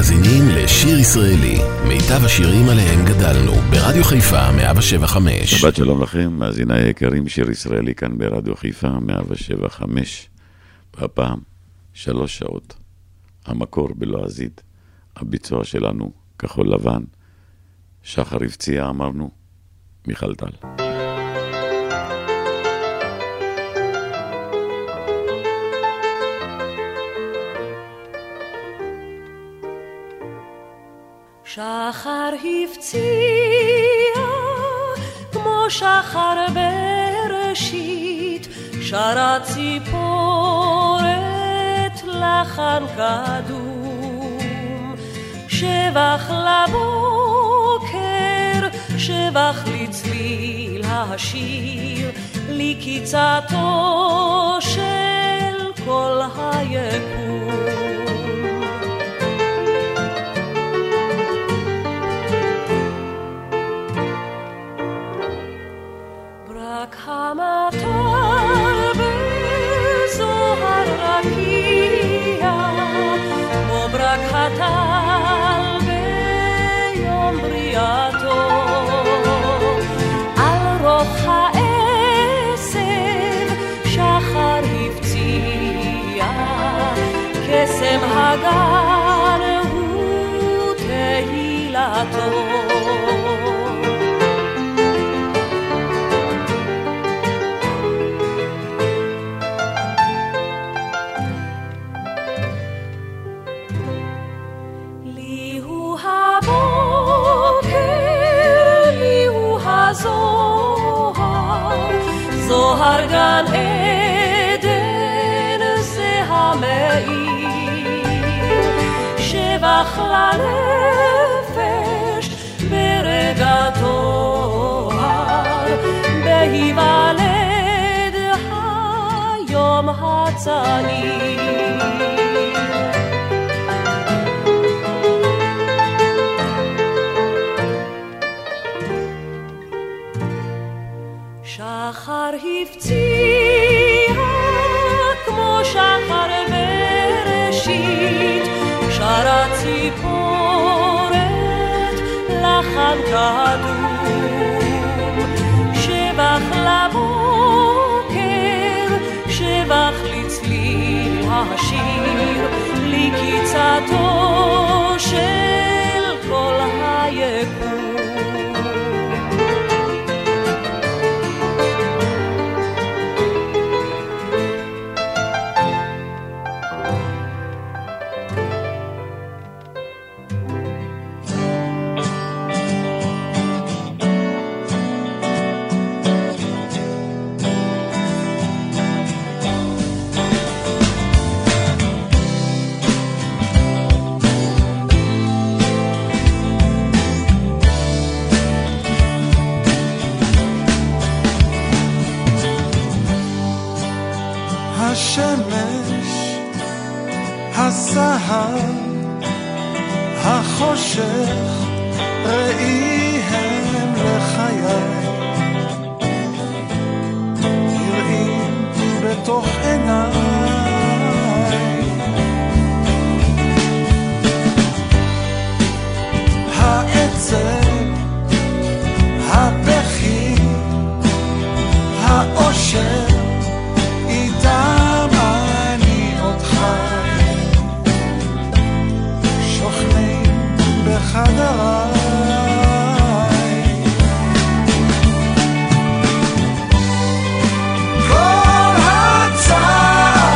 מאזינים לשיר ישראלי, מיטב השירים עליהם גדלנו, ברדיו חיפה 107.5. שבת שלום לכם, מאזיני היקרים, שיר ישראלי כאן ברדיו חיפה 107.5. והפעם 3 שעות. המקור בלועזית, הביצוע שלנו כחול לבן. שחר הפציע אמרנו, מיכל טל. שחר הפציע כמו שחר בראשית, שרה ציפורת לחן קדום. שבח לבוקר, שבח לצליל השיר, לקיצתו של כל היקום. המטר בזוהר רקיע, כמו ברק הטל ביום בריאתו, על רוח העשב שחר הפציע, קסם הגן הוא תהילתו. זוהר גן עדן זה המאיר, שבח לנפש ברגע טוהר, בהיוולד היום הצעיר. שחר הפציע כמו שחר בראשית, שרה ציפורת לחן קדום. שבח לבוקר, שבח לצליל השיר, לקיצתו של כל היקום. השמש, הסהר, החושך, ראי הם לחיי, נראים בתוך עיניי. העצב, הבכי, האושר, איתם אני עוד חי, שוכנים בחדריי. כל הצער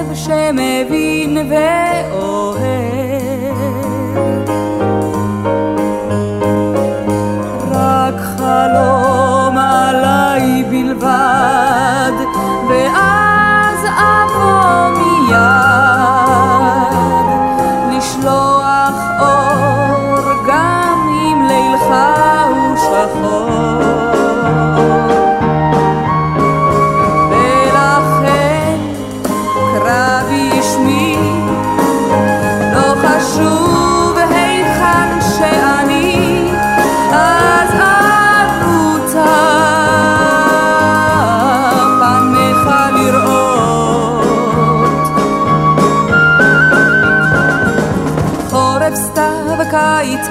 לב שמבין ואוהב, רק חלום עליי בלבד, ואז אבוא מיד לשלוח אור גם אם לילך הוא שחור. ולכן קרא בשמי, לא חשוב היכן שאני, אז ארוצה פניך לראות. חורף סתיו קיץ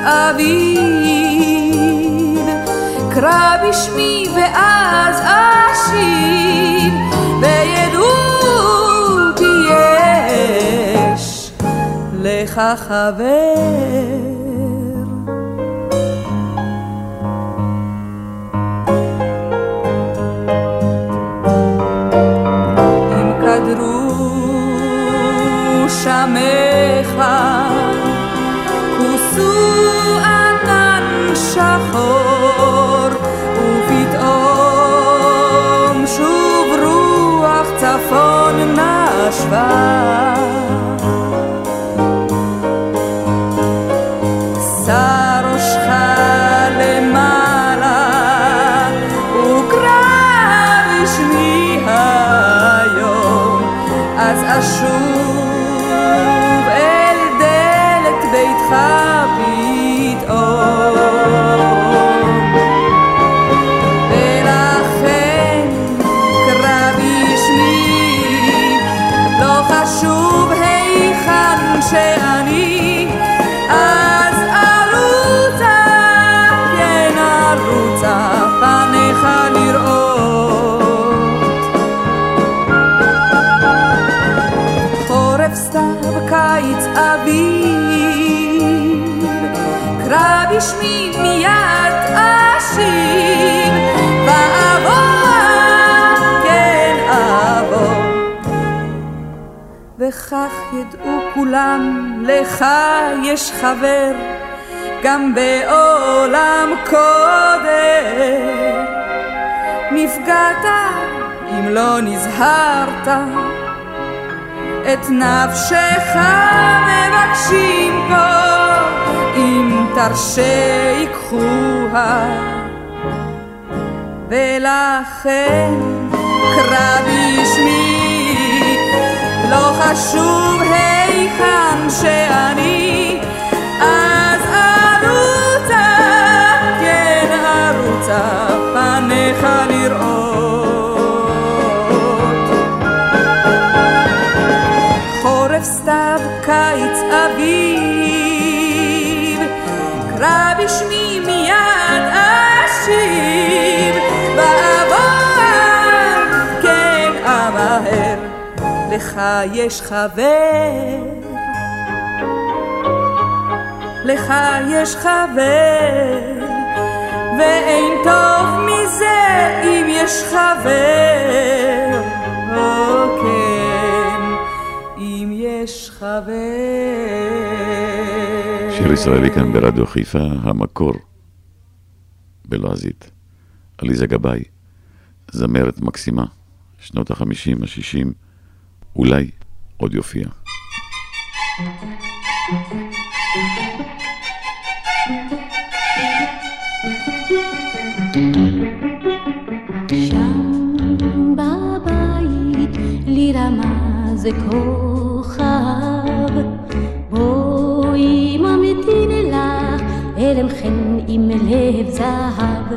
אביב, קרא בשמי ואז אשיב, וידעו כי יש לך חבר. אם קדרו שמך, כוסו ענן שחור, ופתאום שוב רוח צפון נשבה. שא ראשך למעלה וקרא בשמי היום, אז אשוב אל דלת ביתך פתאום. ולכן קרא בשמי, לא חשוב היכן שאני, אז ארוצה, כן ארוצה פניך לראות. חורף סתיו קיץ אביב, קרא בשמי מיד אשיב, ואבוא, כן אבוא. וכך ידעו כולם, לך יש חבר גם בעולם קודם. נפגעת אם לא נזהרת, את נפשך מבקשים פה, אם תרשה ייקחוה. ולכן קרא בשמי, לא חשוב היכן שאני, אז ארוצה, כן ארוצה פניך לראות. חורף סתיו קיץ אביב, קרא בשמי מיד אשיב, ואבוא, כן אמהר, לך יש חבר, לך יש חבר, ואין טוב מזה אם יש חבר, כן, אם יש חבר. שיר ישראלי כאן ברדיו חיפה, המקור בלועזית. עליזה גבאי, זמרת מקסימה, שנות ה-50, ה-60, אולי עוד יופיע. שם בבית לי רמז כוכב, בואי ממתין לך אלם חן עם לב זהב,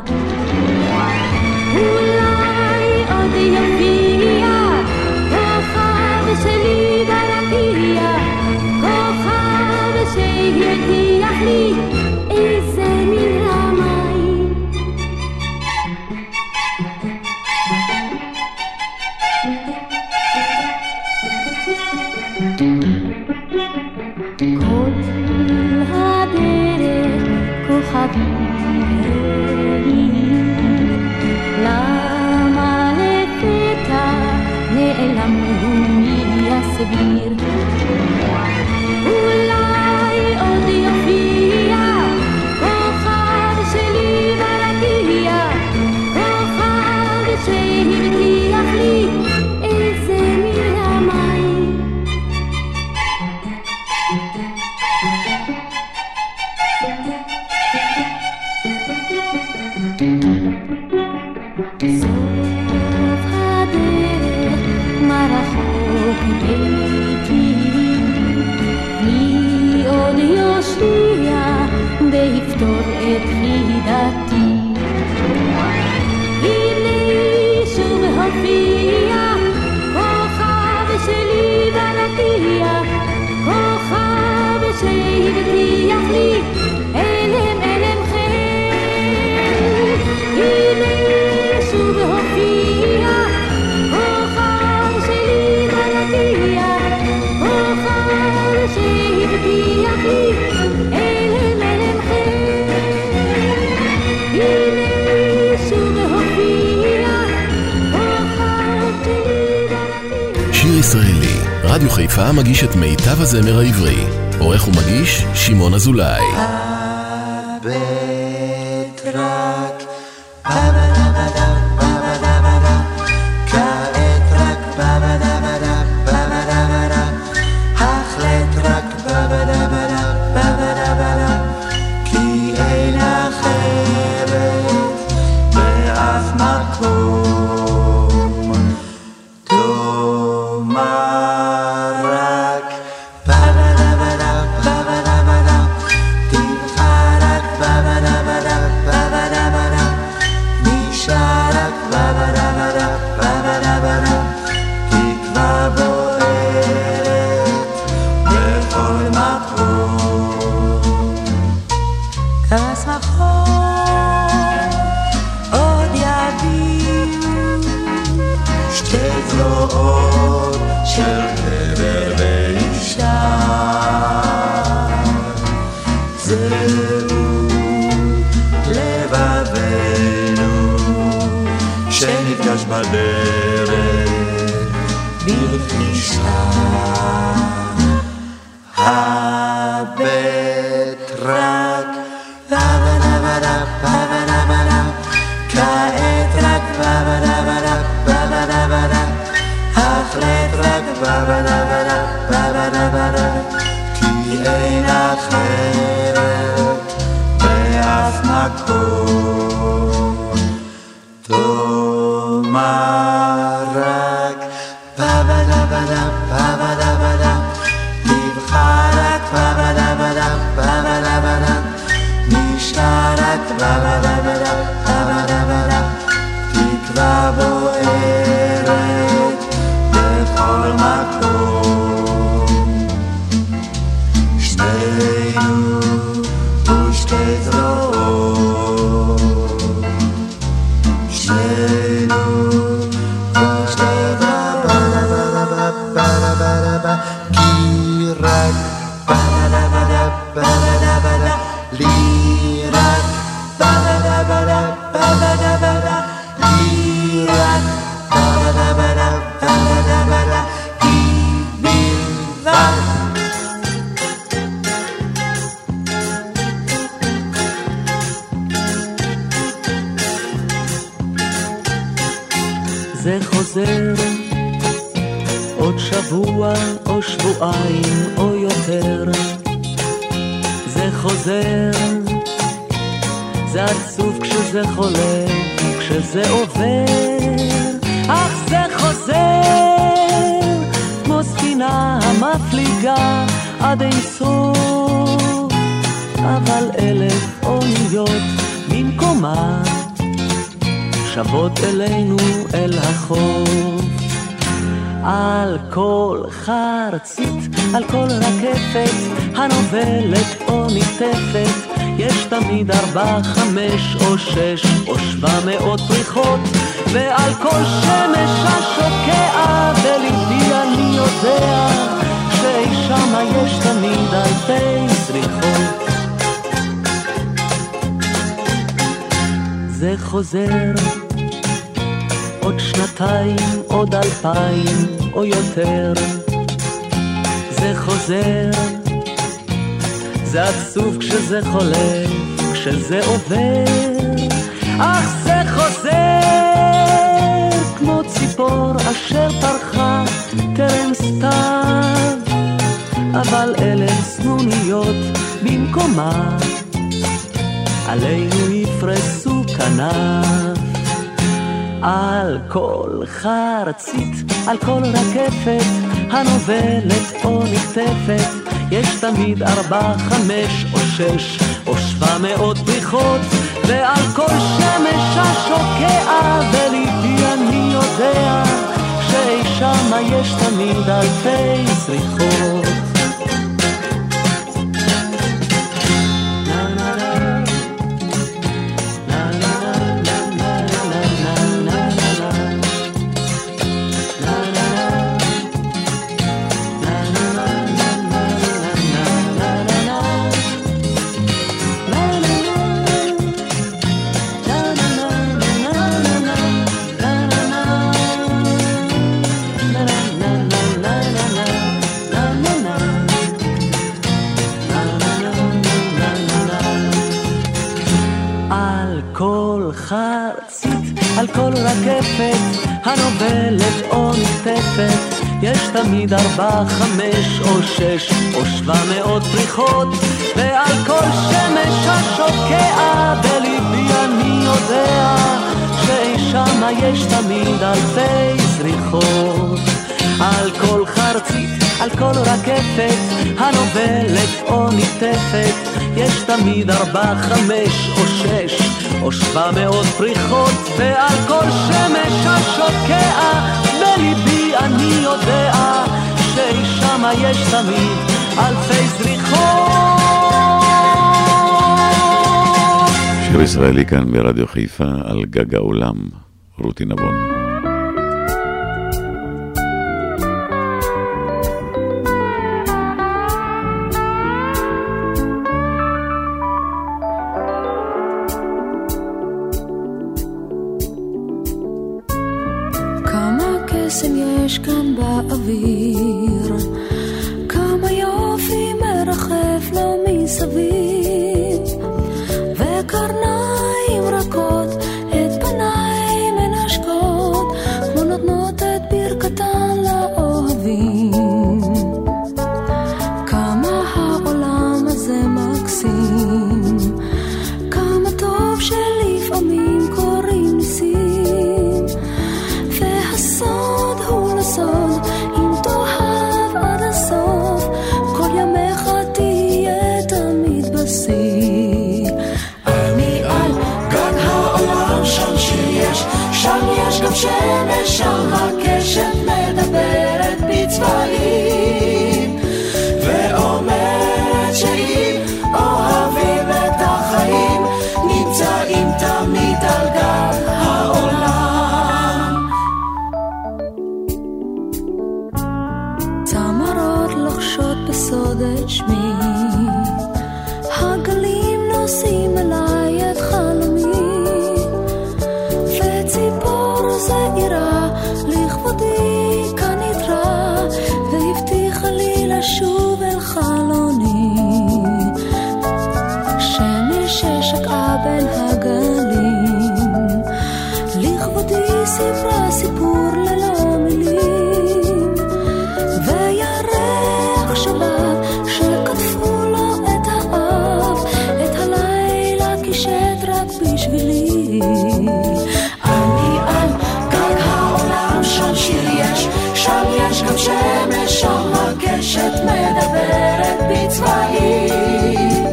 אולי עוד יופיע כוכב שלי ברקיע, כוכב שידיח לי איזה מין רמאי. כל הדרך כוכבים, למה לפתע נעלם הוא מיד סביר. אולי עוד יופיע כוכב שלי ברקיע, כוכב שהבטיח לי איזה מן המים. סוף הדרך מה רחוק ביתי, מי עוד יושיע ויפתור את חידתי. הנה שוב הופיע כוכב שלי ברקיע, כוכב שהבטיח לי אלם אלם חן. הנה שוב הופיע כוכב שלי ברקיע, כוכב שהבטיח לי אלם אלם חן. הנה שוב הופיע כוכב שלי ברקיע. שיר ישראלי, רדיו חיפה מגיש את מיטב הזמר העברי. עורך ומגיש שמעון אזולאי. זה חוזר עוד שבוע או שבועיים או יותר, זה חוזר, זה עצוב כשזה חולה, כשזה עובר, אך זה חוזר כמו ספינה המפליגה עד אין סוף, אבל 1000 אוניות במקומה שבות אלינו אל החוף. על כל חרצית, על כל רקפת הנובלת או ניטפת, יש תמיד 4, 5 או 6 או 700 פריחות, ועל כל שמש השוקע בליבי אני יודע שאי שמה יש תמיד 1000 זריחות. זה חוזר עוד 2 עוד 2000 או יותר, חוזר, זה עצוב כשזה חולף, כשזה עובר, אך זה חוזר כמו ציפור אשר פרחה טרם סתיו, אבל אלה סנוניות במקומה, עלינו יפרסו כנף. על כל חרצית, על כל רקפת הנובלת או נקטפת, יש תמיד 4, 5 או 6 או 700 פריחות, ועל כל שמש השוקעה בליבי אני יודע שאי שמה יש תמיד אלפי זריחות. על כל רקפת הנובלת או נקטפת, יש תמיד 4, 5 או 6 או 700 פריחות, ועל כל שמש השוקע בליבי אני יודע שאי שמה יש תמיד אלפי זריחות. על כל חרצית, על כל רקפת הנובלת או נקטפת, יש תמיד 4, 5 או 6 או 700 פריחות, ועל כל שמש השוקע בליבי אני יודע שאי שמה יש תמיד אלפי זריחות. שיר ישראלי כאן ברדיו חיפה על גג העולם, רותי נבון. יש כאן באוויר, כמה יופי מרחף לו מסביב, וקרניים רכות את פניי מנשקות, כמו נותנות את ברכתן לאוהבים. כמה העולם הזה מקסים, כמה טוב שלפעמים קוראים ניסים, והסוד הוא לסוד, אם תאהב עד הסוף, כל ימיך תהיה תמיד בשיא. אני על גג העולם, שם שיש, שם יש גם שמש, שם הקשת מדברת בצבעים, ואומרת שאם אוהבים את החיים, נמצאים תמיד על גג העולם. צמרות לוחשות בסוד את שמי, הגלים נושאים אליי את חלומי, וציפור זעירה לכבודי כאן נתרא, והבטיחה לי לשוב אל חלוני. שמש ששקעה בין הגלים, לכבודי סיפרה סיפור ללא מילים, וירח שבת שכתפו לו את האף, את הלילה קישט רק בשבילי. אני על גג העולם, שם שיר יש, שם יש גם שמש, שם הקשת מדברת בצבעים,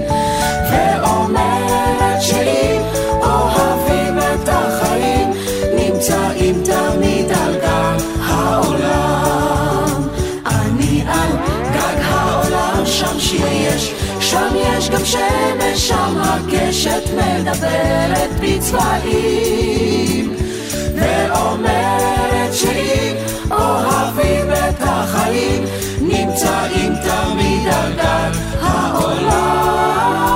ואומרת שאם אוהבים את החיים, נמצאים תמיד על גג העולם. אני על גג העולם, שם שיר יש, שם יש גם שמש, שם הקשת מדברת בצבעים, ואומרת שאם אוהבים את החיים, נמצאים תמיד על גג העולם.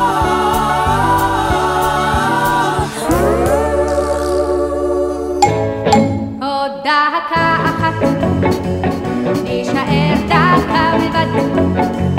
עוד דקה אחת, נשאר דקה בלבד,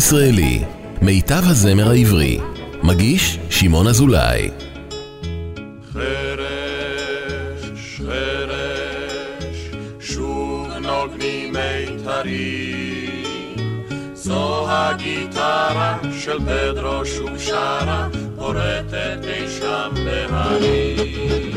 ישראלי, מיטב הזמר העברי. מגיש שמעון אזולאי. חרש, חרש, שוב נוגנים מיתרים. זו הגיטרה של פדרו שוב שרה, פורטת אי שם בהרים.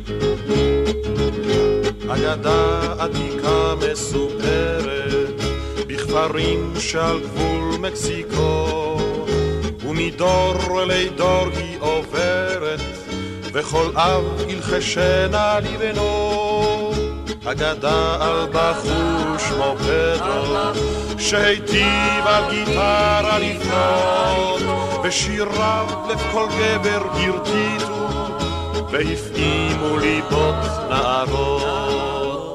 אגדה עתיקה מסופרת בכפרים שעל גבול מקסיקו, ומדור לדור היא עוברת, וכל אב ילחשנה לבנו. אגדה על בחור שמו פדרו, שהיטיב על גיטרה לפנות, ושיריו לב כל גבר הרטיטו, והפעימו ליבות נערות.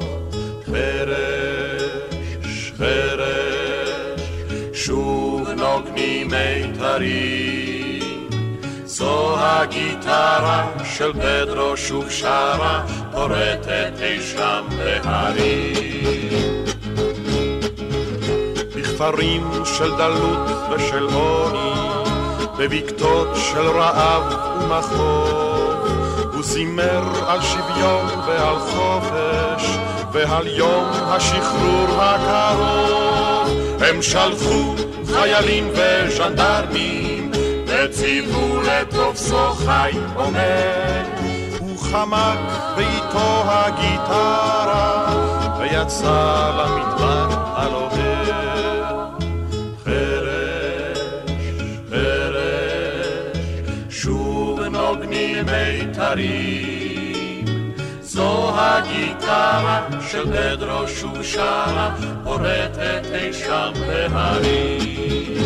חרש, חרש, שוב נוגנים מיתרים. זו הגיטרה של פדרו שוב שרה, פורטת אי שם בהרים. בכפרים של דלות ושל עוני, בבקתות של רעב ומחוב, הוא זימר על שוויון ועל חופש, ועל יום השחרור הקרוב. הם שלחו חיילים וז'נדרמים, וציוו לתופסו חי עומד. הוא חמק ואיתו הגיטרה, ויצא למדבר הלוהר. חרש, חרש, שוב נוגנים מיתרים. זו הגיטרה של פדרו שוב שרה, פורטת אי שם בהרים.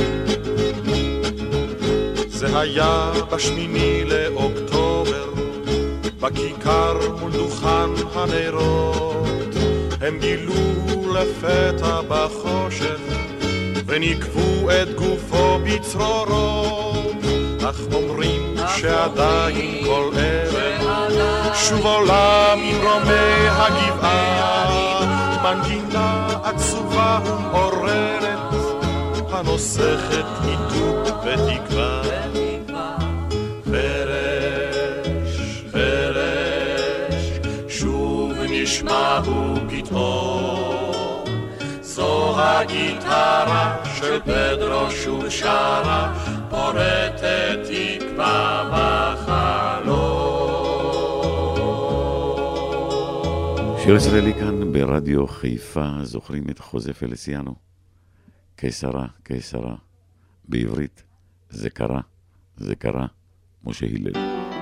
זה היה בשמיני לאוקטובר, בכיכר מול דוכן הנרות. הם גילו לפתע בחושך, ונקבו את גופו בצרורות. אך אומרים שעדיין כל ערב שוב עולם עם רומי הגבעה, מנגינה עצובה ומעוררת, הנוסחת ניתוק ותקווה. פרש, פרש, שוב נשמעו פתאום. זו הגיטרה של פדרו שוב שרה, פורטת תקווה בחלום. שיר ישראלי כאן ברדיו חיפה. זוכרים את חוזה פלסיאנו? קיסרה, קיסרה. בעברית זה קרה, זה קרה. משה הלל.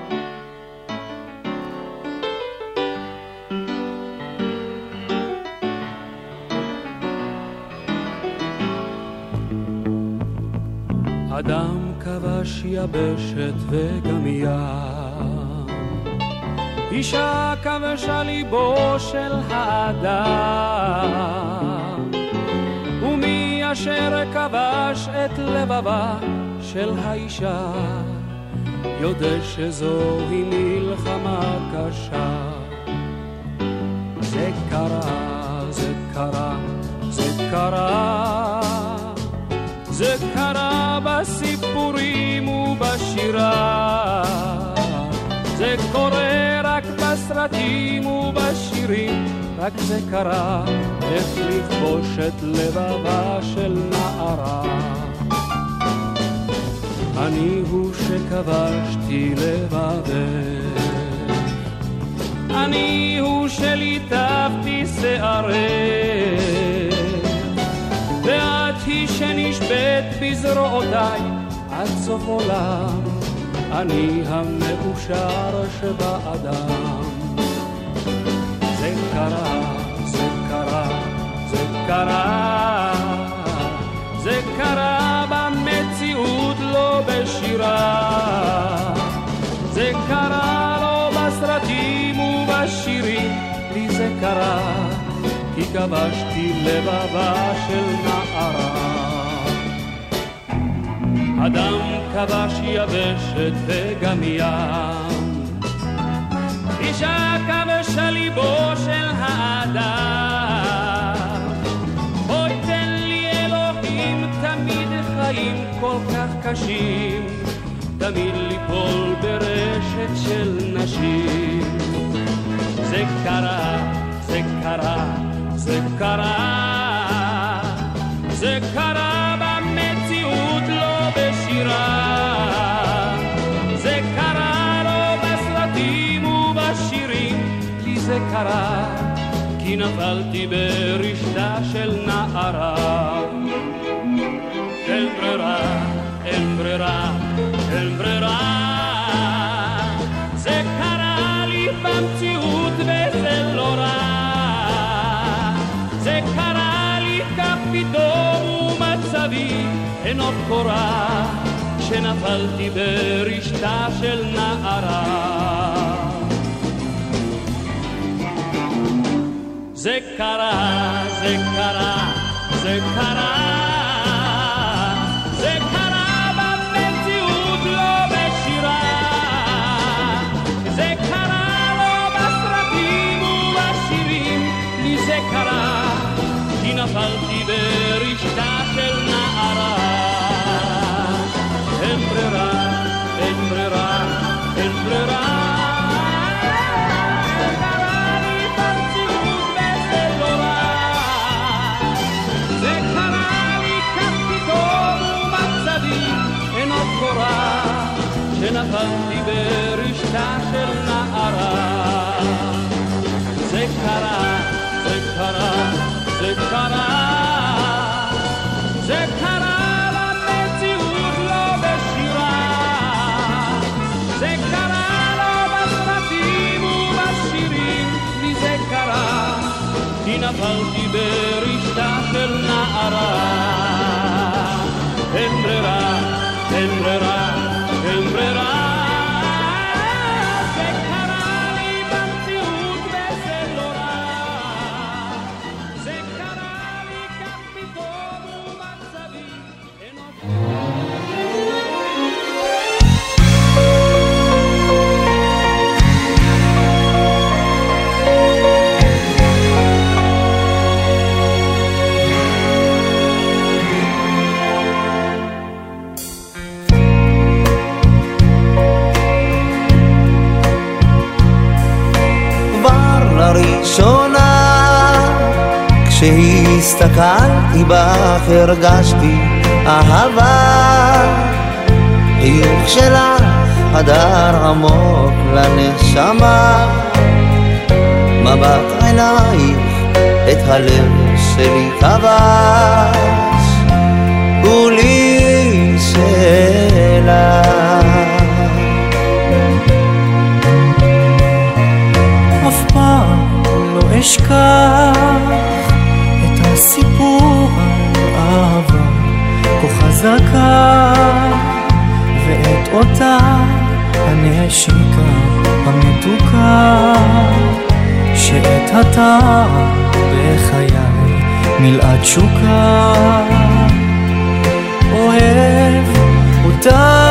אדם כבש יבשת וגם ים, אישה כבשה ליבו של האדם, ומי אשר כבש את לבבה של האישה, יודע שזוהי מלחמה קשה. זה קרה, זה קרה, זה קרה, זה קרה בסיפורים ובשירה, זה קורה רק בסרטים ובשירים, רק זה קרה איך לכבוש את לבבה של נערה. אני הוא שכבשתי לבבך, אני הוא שליטפתי שערך, ואת היא שנשבט בזרועותיי עד סוף עולם, אני המאושר שבאדם. זה קרה, זה קרה, זה קרה, זה קרה במציאות לא בשירה, זה קרה לא בסרטים ובשירים, לי זה קרה כי כבשתי לבבה של נערה. אדם כבש יבשת וגם ים, אישה כבשה ליבו של האדם. בואי תן לי אלוהים תמיד חיים אנשים, תמיד ליפול ברשת של נשים. זה קרה, זה קרה, זה קרה, זה קרה במציאות לא בשירה, זה קרה לא בסרטים ובשירים, לי זה קרה כי נפלתי ברשתה של נערה. אין ברירה, אין ברירה, אין ברירה, זה קרה לי במציאות וזה לא רע, זה קרה לי כך פתאום ומצבי אין עוד קורה, שנפלתי ברשתה של נערה. זה קרה, זה קרה, זה קרה, זה קרה במציאות לא בשירה, זה קרה לא בסרטים ובשירים, לי זה קרה כי נפלתי ברשתה של נערה. אין ברירה, אין ברירה, אין ברירה, שנפלתי ברשתה של נערה. זה קרה, זה קרה, זה קרה, זה קרה במציאות לא בשירה, זה קרה לא בסרטים ובשירים, לי זה קרה כי נפלתי ברשתה של נערה. אין ברירה, אין ברירה, אין ברירה, זה קרה לי במציאות וזה לא רע, זה קרה לי כך פתאום ומצבי אין עוד. לראשונה כשהסתכלתי בך הרגשתי אהבה, חיוך שלך חדר עמוק לנשמה, מבט עינייך את הלב שלי כבש, ולי שאלה אף פעם לא אשכח את הסיפור על אהבה כה חזקה, ואת אותה הנשיקה המתוקה שאת הטעם בחיי מלאה תשוקה, אוהב אותה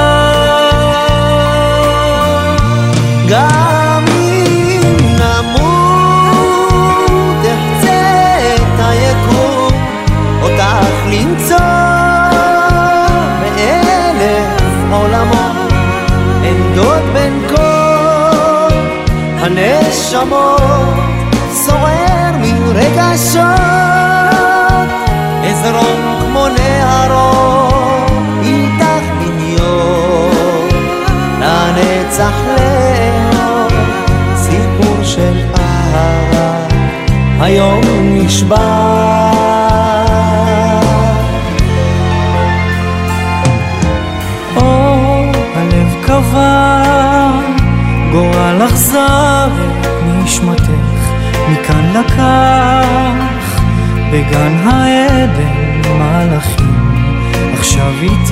גם למצוא באלף עולמות, אין דוד בין כל הנשמות, שורר מרגשות, אזרום כמו נהרות, איתך להיות לנצח לאור, סיפור של אהבה היום נשבע. גורל אכזר את נשמתך מכאן לקח, בגן העדן מלאכים עכשיו איתך,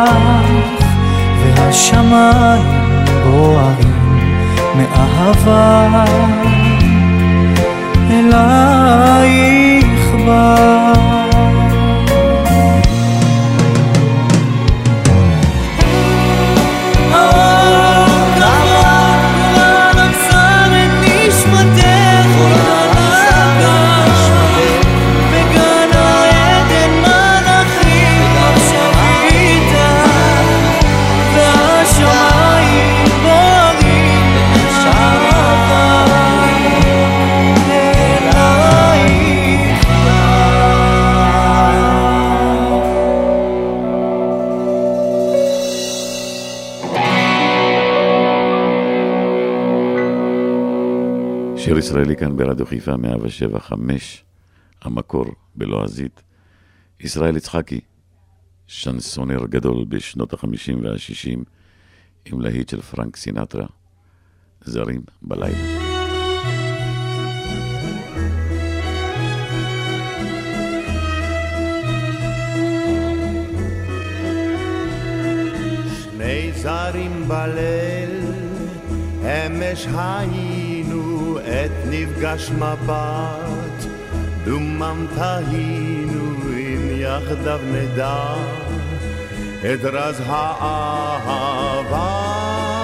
והשמיים בוערים מאהבה אלייך בא. בגן העדן מלאכים עכשיו איתך, ישראלי כאן ברדיו חיפה 107.5, המקור בלועזית. ישראל יצחקי, שנסונר גדול בשנות ה-50 וה-60, עם להיט של פרנק סינטרה, זרים בלילה. שני זרים בליל, אמש היינו את נפגש מבט, דומם תהינו אם יחדיו נדע את רז האהבה.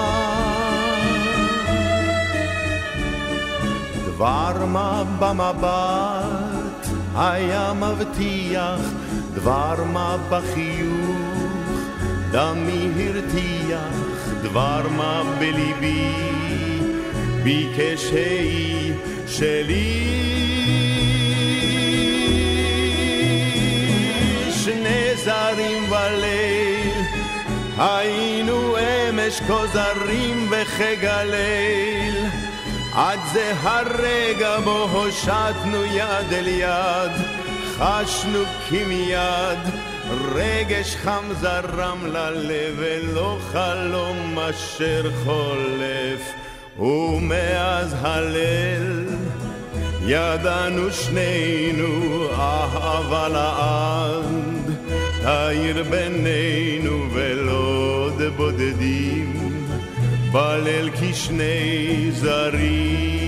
דבר מה במבט היה מבטיח, דבר מה בחיוך דמי הרתיח, דבר מה בליבי ביקש היא שלי. שני זרים בליל היינו אמש כוזרים וכגליל, עד זה הרגע בו הושטנו יד אל יד, חשנו כמיד רגש חם זרם ללב, ולא חלום אשר חולף. ומאז הליל ידענו שנינו אהבה לעד, תאיר בינינו ולא בודדים בליל כשני זרים.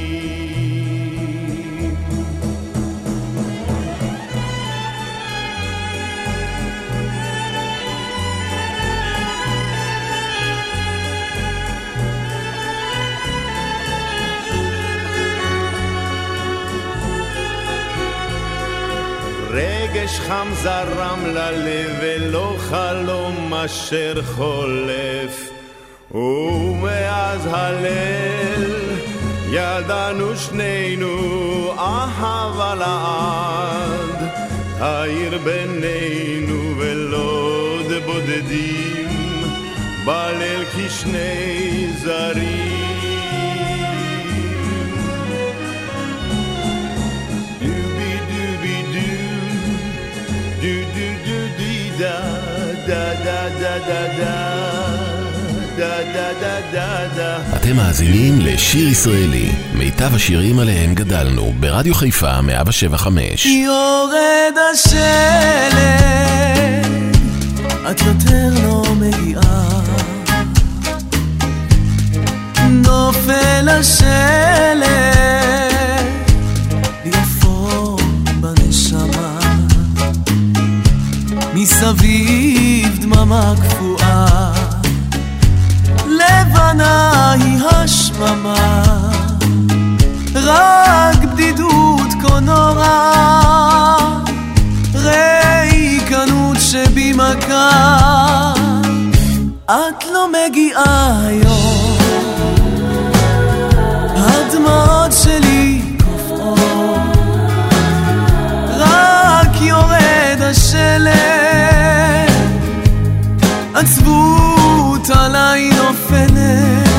רגש חם זרם ללב ולא חלום אשר חולף. ומאז הליל ידענו שנינו אהבה לעד, תאיר בינינו ולא בודדים בליל כשני זרים. אתם מאזינים לשיר ישראלי, מיטב השירים עליהם גדלנו, ברדיו חיפה 107.5. יורד השלג, את יותר לא מגיעה, נופל השלג, יפו בנשמה, מסביב דממה קפואה, לבנה היא השממה, רק בדידות כה נורא, ריקנות שבמכה, את לא מגיעה היום, הדמעות שלי קופאות, רק יורד השלג, עצבות עליי נופלת.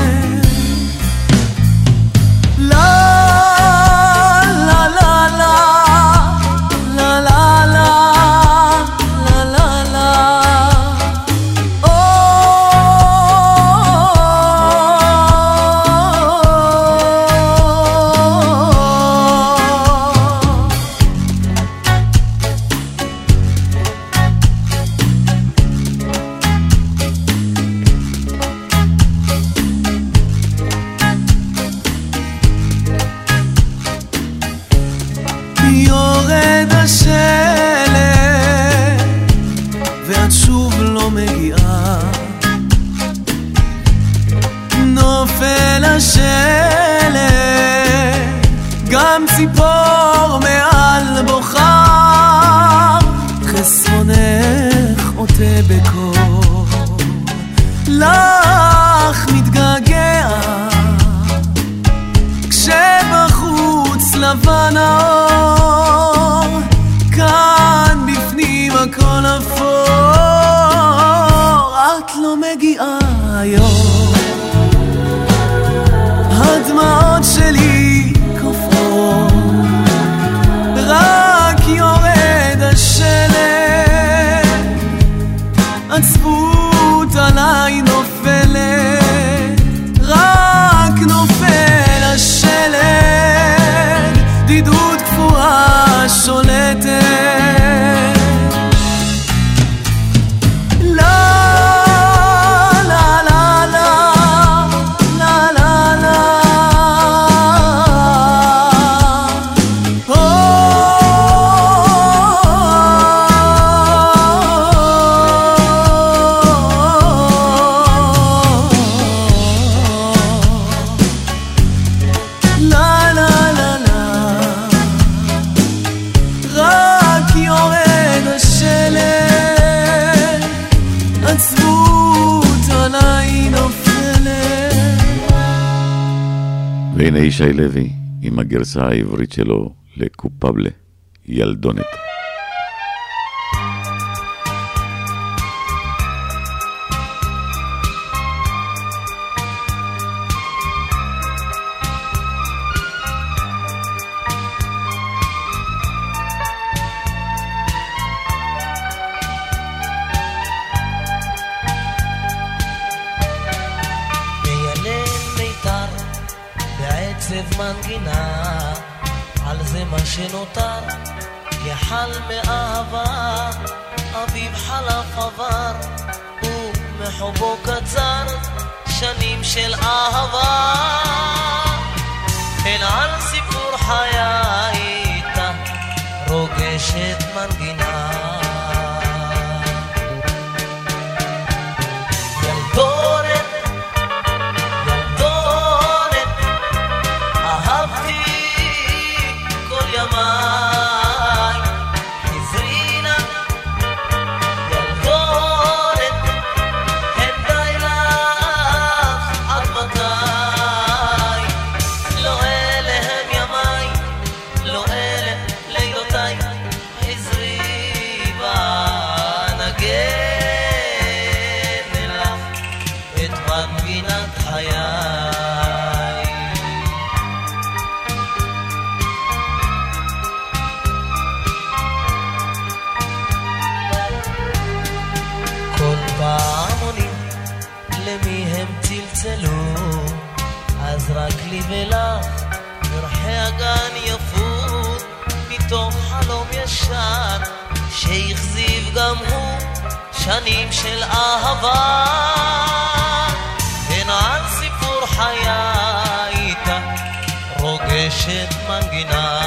לה לה לה לה לה לה לה לה לה גם ציפור מעל בוחר, חסרונך עוטה בקור, לך מתגעגע, כשבחוץ לבן האור, כאן בפנים הכל אפור, את לא מגיעה היום, הדמעות שלי קופאות, הנה ישי לוי עם הגרסה העברית שלו לקופבלה, ילדונת. מנגינה על זה מה שנותר יחל מאהבה אביב חלף עבר ומחובו קצר שנים של אהבה הן על סיפור חייה איתה רוגשת מנגינה אז רק לי ולך פרחי הגן יפות מתוך חלום ישן שהכזיב גם הוא שנים של אהבה הן על סיפור חייה איתה רוגשת מנגינה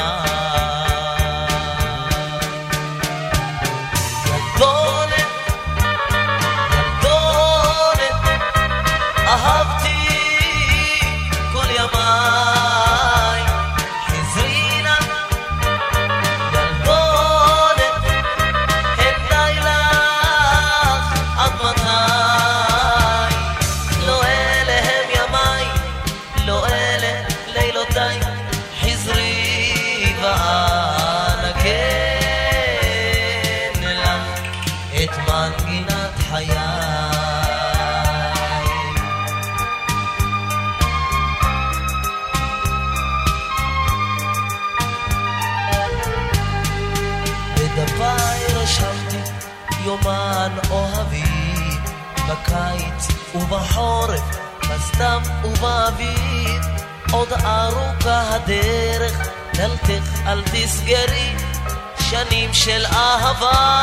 יומן אוהבי בקיץ ובחורף בסתיו ובאביב עוד ארוכה הדרך דלתך אל תסגרי שנים של אהבה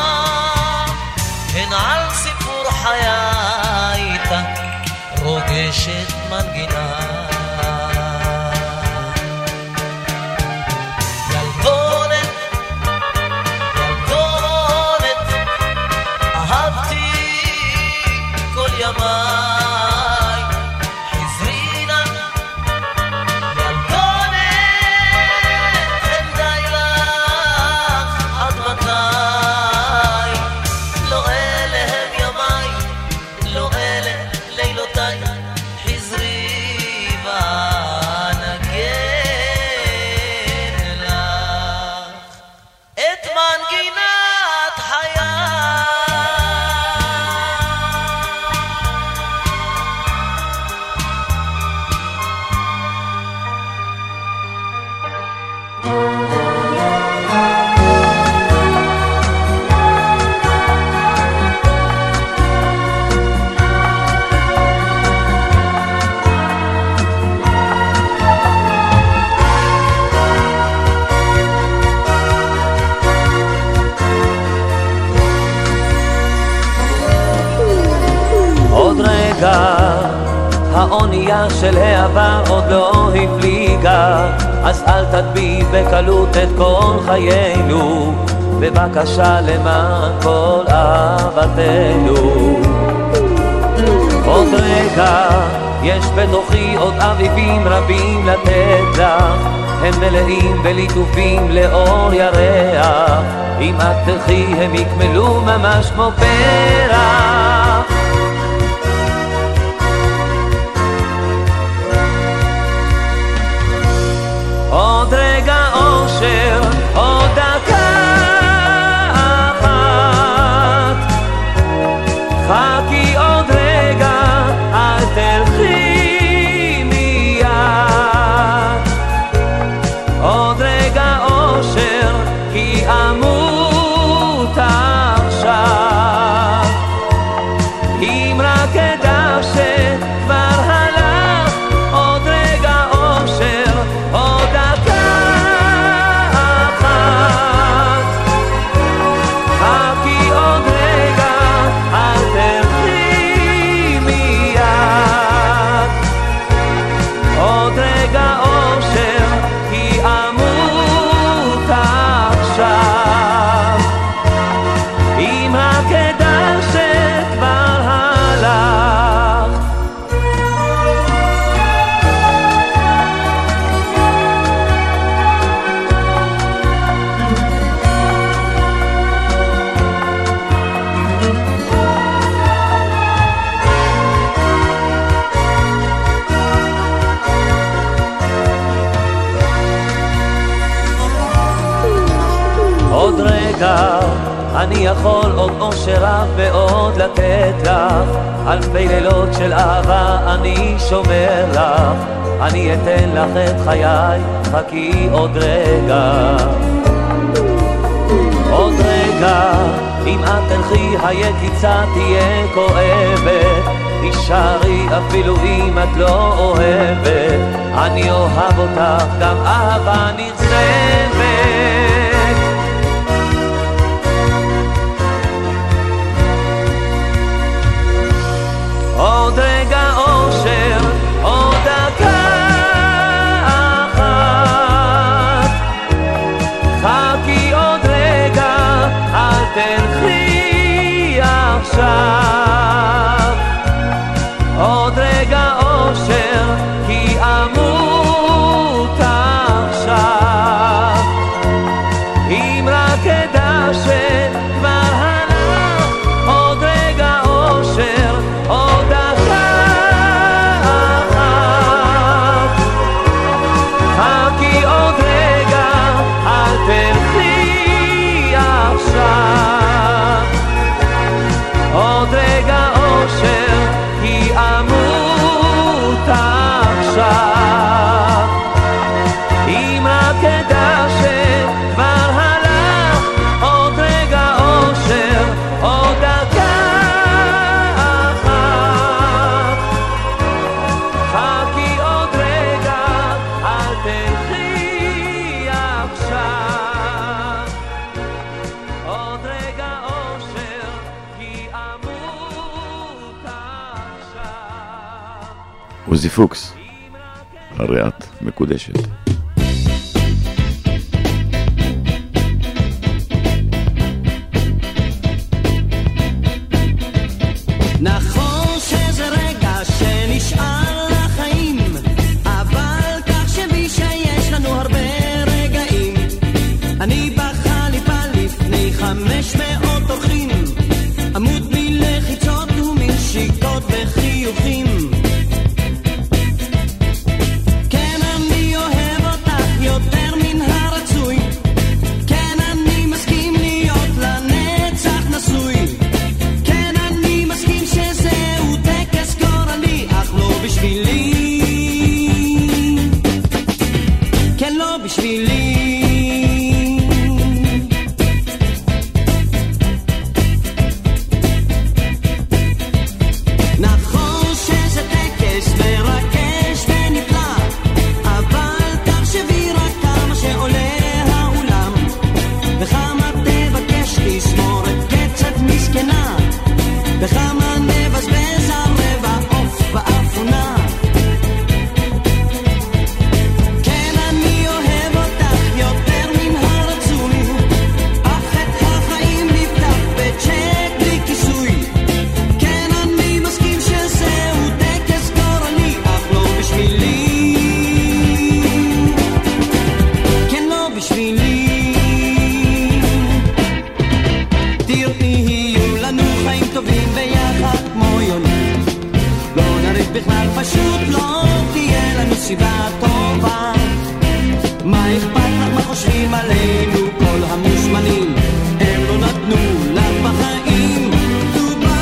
הן על סיפור חייה איתה רוגשת מנגינה האונייה של העבר עוד לא הפליגה אז אל תטביעי בקלות את כל חיינו בבקשה למען כל אהבתנו עוד רגע יש בתוכי עוד אביבים רבים לתת לך הם מלאים בליטופים לאור ירח אם את תלכי הם יקמלו ממש כמו פרח עוד רגע אושר, כי אמות עכשיו. אם רק אדע שכבר הלך, עוד רגע אושר, עוד דקה אחת. חכי עוד רגע, אל תלכי מיד. עוד רגע אושר, כי אמות עכשיו. אם רק אדע שכבר הלך. עוד רגע אני יכול עוד אושר רב ועוד לתת לך. אלפי לילות של אהבה אני שומר לך. אני אתן לך את חיי, חכי עוד רגע. עוד רגע, אם את תלכי היקיצה תהיה כואבת. תישארי אפילו אם את לא אוהבת. אני אוהב אותך גם אהבה נרצבת. עוד רגע אושר, עוד דקה אחת. חכי עוד רגע, אל תלכי עכשיו. עוד רגע אושר, כי אמות עכשיו. אם רק אדע שכבר הלך, עוד רגע אושר, עוד דקה אחת. חכי עוד רגע, אל תלכי עכשיו. עוד רגע אושר, כי אמות עכשיו. אם רק אדע שכבר הלך, עוד רגע אושר, עוד דקה אחת. חכי עוד רגע, אל תלכי עכשיו. עוד רגע אושר, כי אמות עכשיו. עוזי פוקס, הרי את מקודשת. נכון שזה רגע שנשאר לחיים, אבל כך שבי שיש לנו הרבה רגעים. אני בחליפה לפני 500 אורחים, עמוד מלחיצות ומנשיקות וחיוכים. כן, אני אוהב אותך יותר מן הרצוי. כן, אני מסכים להיות לנצח נשוי. כן, אני מסכים שזהו טקס גורלי, אך לא בשבילי. כן, לא בשבילי. נכון שזה טקס מרגש ונפלא, אבל תחשבי רק כמה שעולה האולם, וכמה תבקש תסמורת קצת מסכנה, וכמה נבזבז הרבע עוף באפונה. כן, אני אוהב אותך יותר מן הרצוי, אך את החיים נפתח בצ'ק בלי כיסוי. כן, אני מסכים שזהו טקס גורלי, אך לא בשבילי. כן, לא בשבילי. תראי, יהיו לנו חיים טובים ביחד כמו יונים. לא נריב בכלל, פשוט לא תהיה לנו סיבה טובה. מה אכפת לך מה חושבים עלינו כל המושמנים? הם לא נתנו לך בחיים דובה.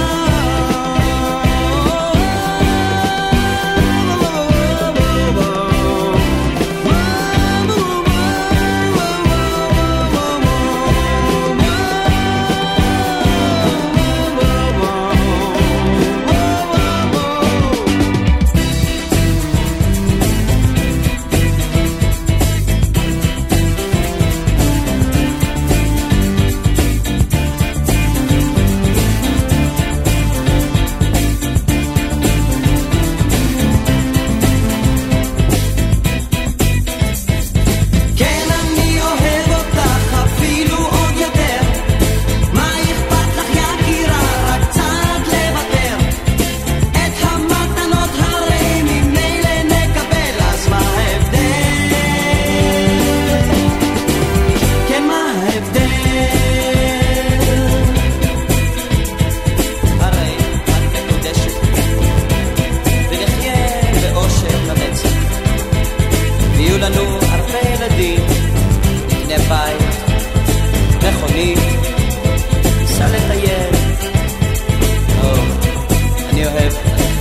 אני סע לטייל. אני אוהב.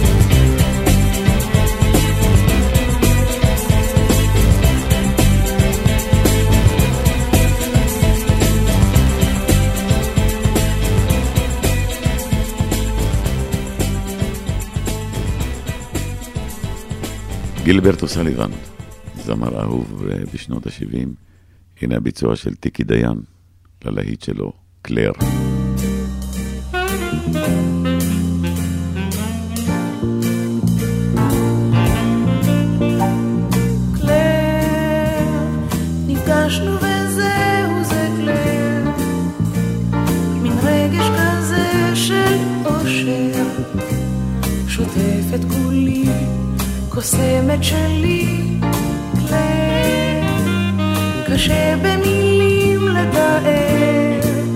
גילברטו סליבן, זמר אהוב בשנות ה-70, הנה הביצוע של טיקי דיין ללהיט שלו, קלר. קלר, נפגשנו וזהו זה קלר, מן רגש כזה של אושר, שוטף את כולי, קוסמת שלי, קלר, קשה במילים לתאר,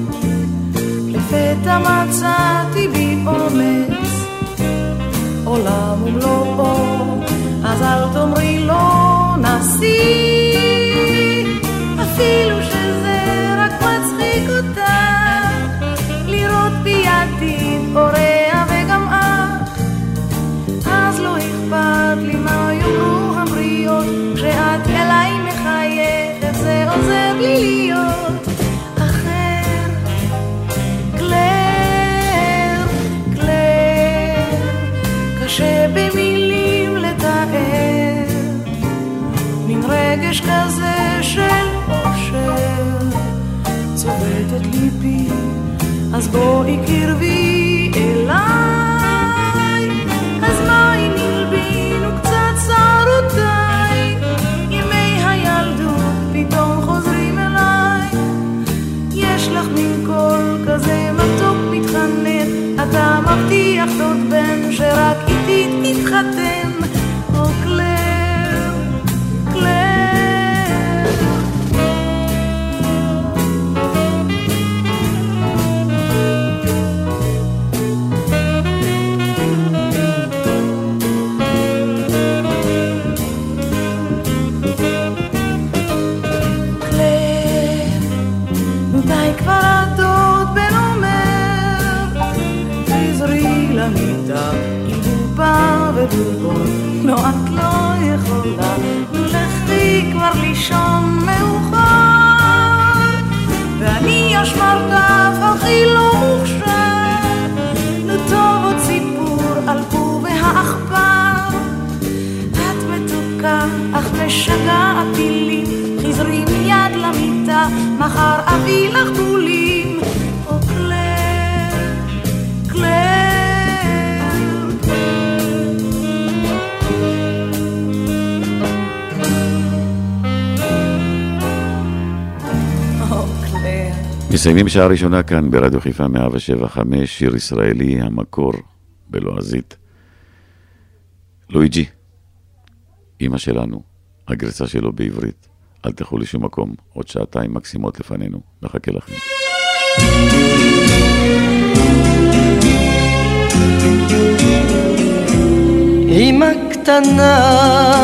לפתע מצאתי בי אומץ, עולם ומלואו, אז אל תאמרי לא נסי, אפילו שזה רק מצחיק אותה, לראות בי עתיד פורע וגם את, אז לא אכפת לי מה יאמרו הבריות, כשאת אליי מחייכת זה עוזר לי להיות אחר. קלר, קלר, קשה במילים לתאר, מן רגש כזה של אושר, צובט את ליבי, אז בואי קרבי אליי, אז מים נלבינו קצת צערותיי, ימי הילדות פתאום חוזרים אליי, יש לך מין קול כזה מתוק מתחנן, אתה מבטיח דוד בן שרק איתי תתחתן. או קלר, קלר, לא, את לא יכולה, לכי כבר לישון מאוחר, ואני השמרטף הכי לא מוכשר, טוב עוד סיפור על פור והאחפר, את מתוקה אך משגעת פילים, חזרי מיד למיטה, מחר אביא לך בולים. או קלר, קלר, מסיימים שעה ראשונה כאן ברדיו חיפה 107.5, שיר ישראלי, המקור בלועזית. לואיג'י, אמא שלנו, הגרסה שלו בעברית. אל תלכו לשום מקום, עוד שעתיים מקסימות לפנינו, מחכה לכם. אמא קטנה,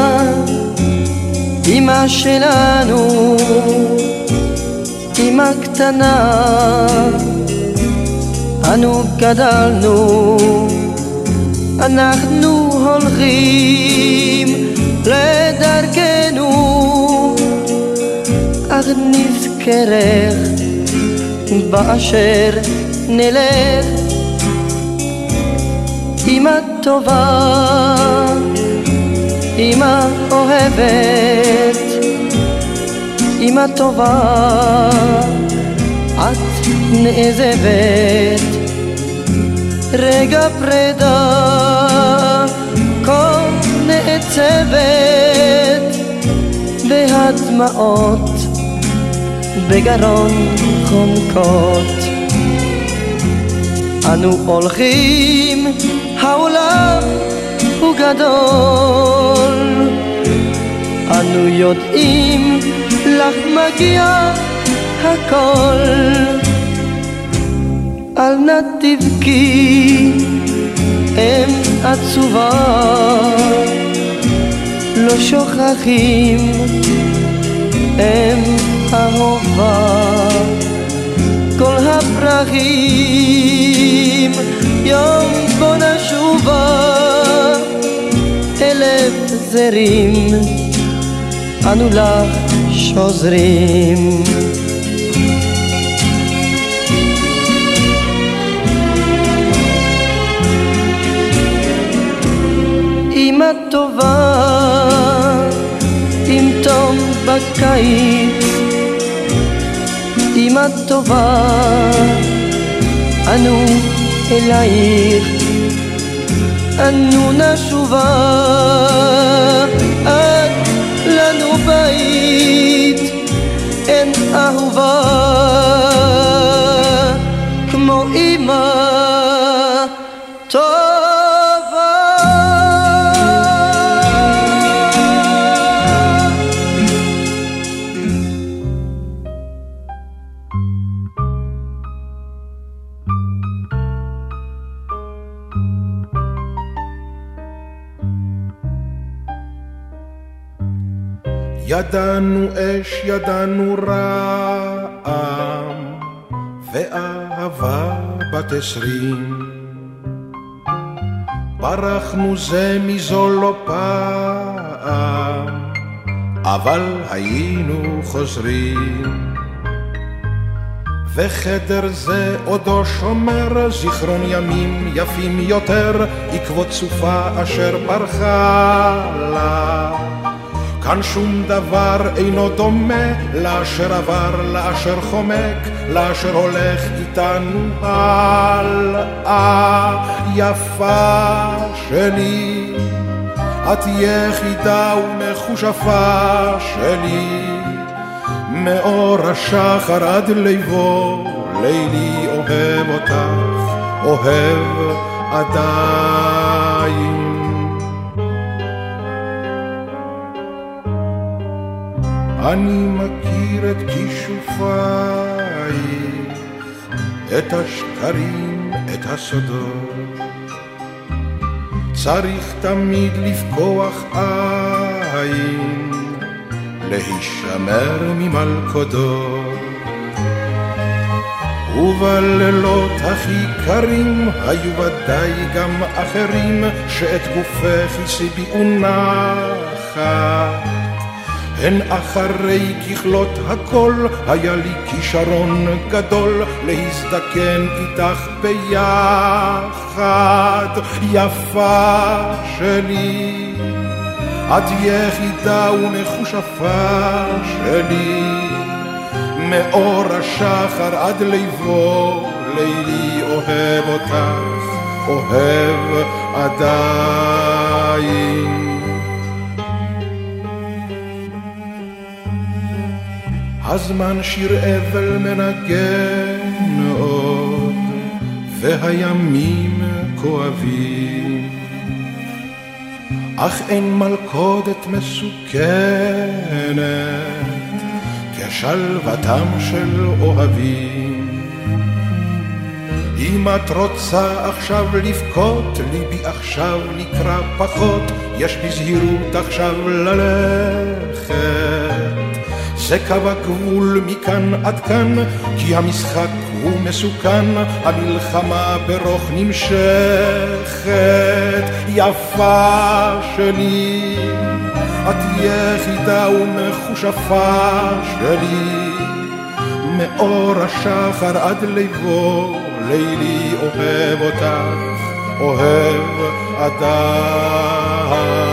אמא שלנו, אמא קטנה, אנו גדלנו, אנחנו הולכים לדרכנו, אך נזכרך באשר נלך. אמא טובה, אמא אוהבת, אמא טובה, את נעזבת, רגע פרידה כה נעצבת, בהדמעות בגרון חונקות. אנו הולכים, העולם הוא גדול, אנו יודעים לך מגיע הכל. אל נא תבכי אם עצובה, לא שוכחים אם אהובה. אחים, יום בו נשובה, 1000 זרים, אנו לך שוזרים. אמא טובה, עם תום בקיץ, אמא טובה, אנו אלייך, אנו נשובה, את לנו בית, אין אהובה כמו אמא טובה. ידענו אש, ידענו רעם, ואהבה בת 20. ברחנו זה מזו לא פעם, אבל היינו חוזרים. וחדר זה עודו שומר זיכרון ימים יפים יותר, עקבות סופה אשר ברחה לה. כאן שום דבר אינו דומה לאשר עבר, לאשר חומק, לאשר הולך איתנו הלאה. יפה שלי, את יחידה ומחושפה שלי, מאור השחר עד ליבו, לילי אוהב אותך, אוהב עדיין. אני מכיר את כישופייך, את השקרים, את הסודות. צריך תמיד לפקוח עין, להישמר ממלכודות. ובלילות הכי קרים היו ודאי גם אחרים, שאת גופך הסיביעו נחת. הן אחרי ככלות הכל היה לי כישרון גדול להזדקן איתך ביחד. יפה שלי, את יחידה ומחושפה שלי, מאור השחר עד ליבו, לילי אוהב אותך, אוהב עדיין. הזמן שיר אבל מנגן עוד, והימים כואבים, אך אין מלכודת מסוכנת כשלוותם של אוהבים. אם את רוצה עכשיו לבכות, ליבי עכשיו נקרא פחות, יש בזהירות עכשיו ללכת. זה קו הגבול מכאן עד כאן, כי המשחק הוא מסוכן, המלחמה ברוך נמשכת. יפה שלי, את יחידה ומחושפה שלי, מאור השחר עד ליבו, לילי אוהב אותך, אוהב עדיין.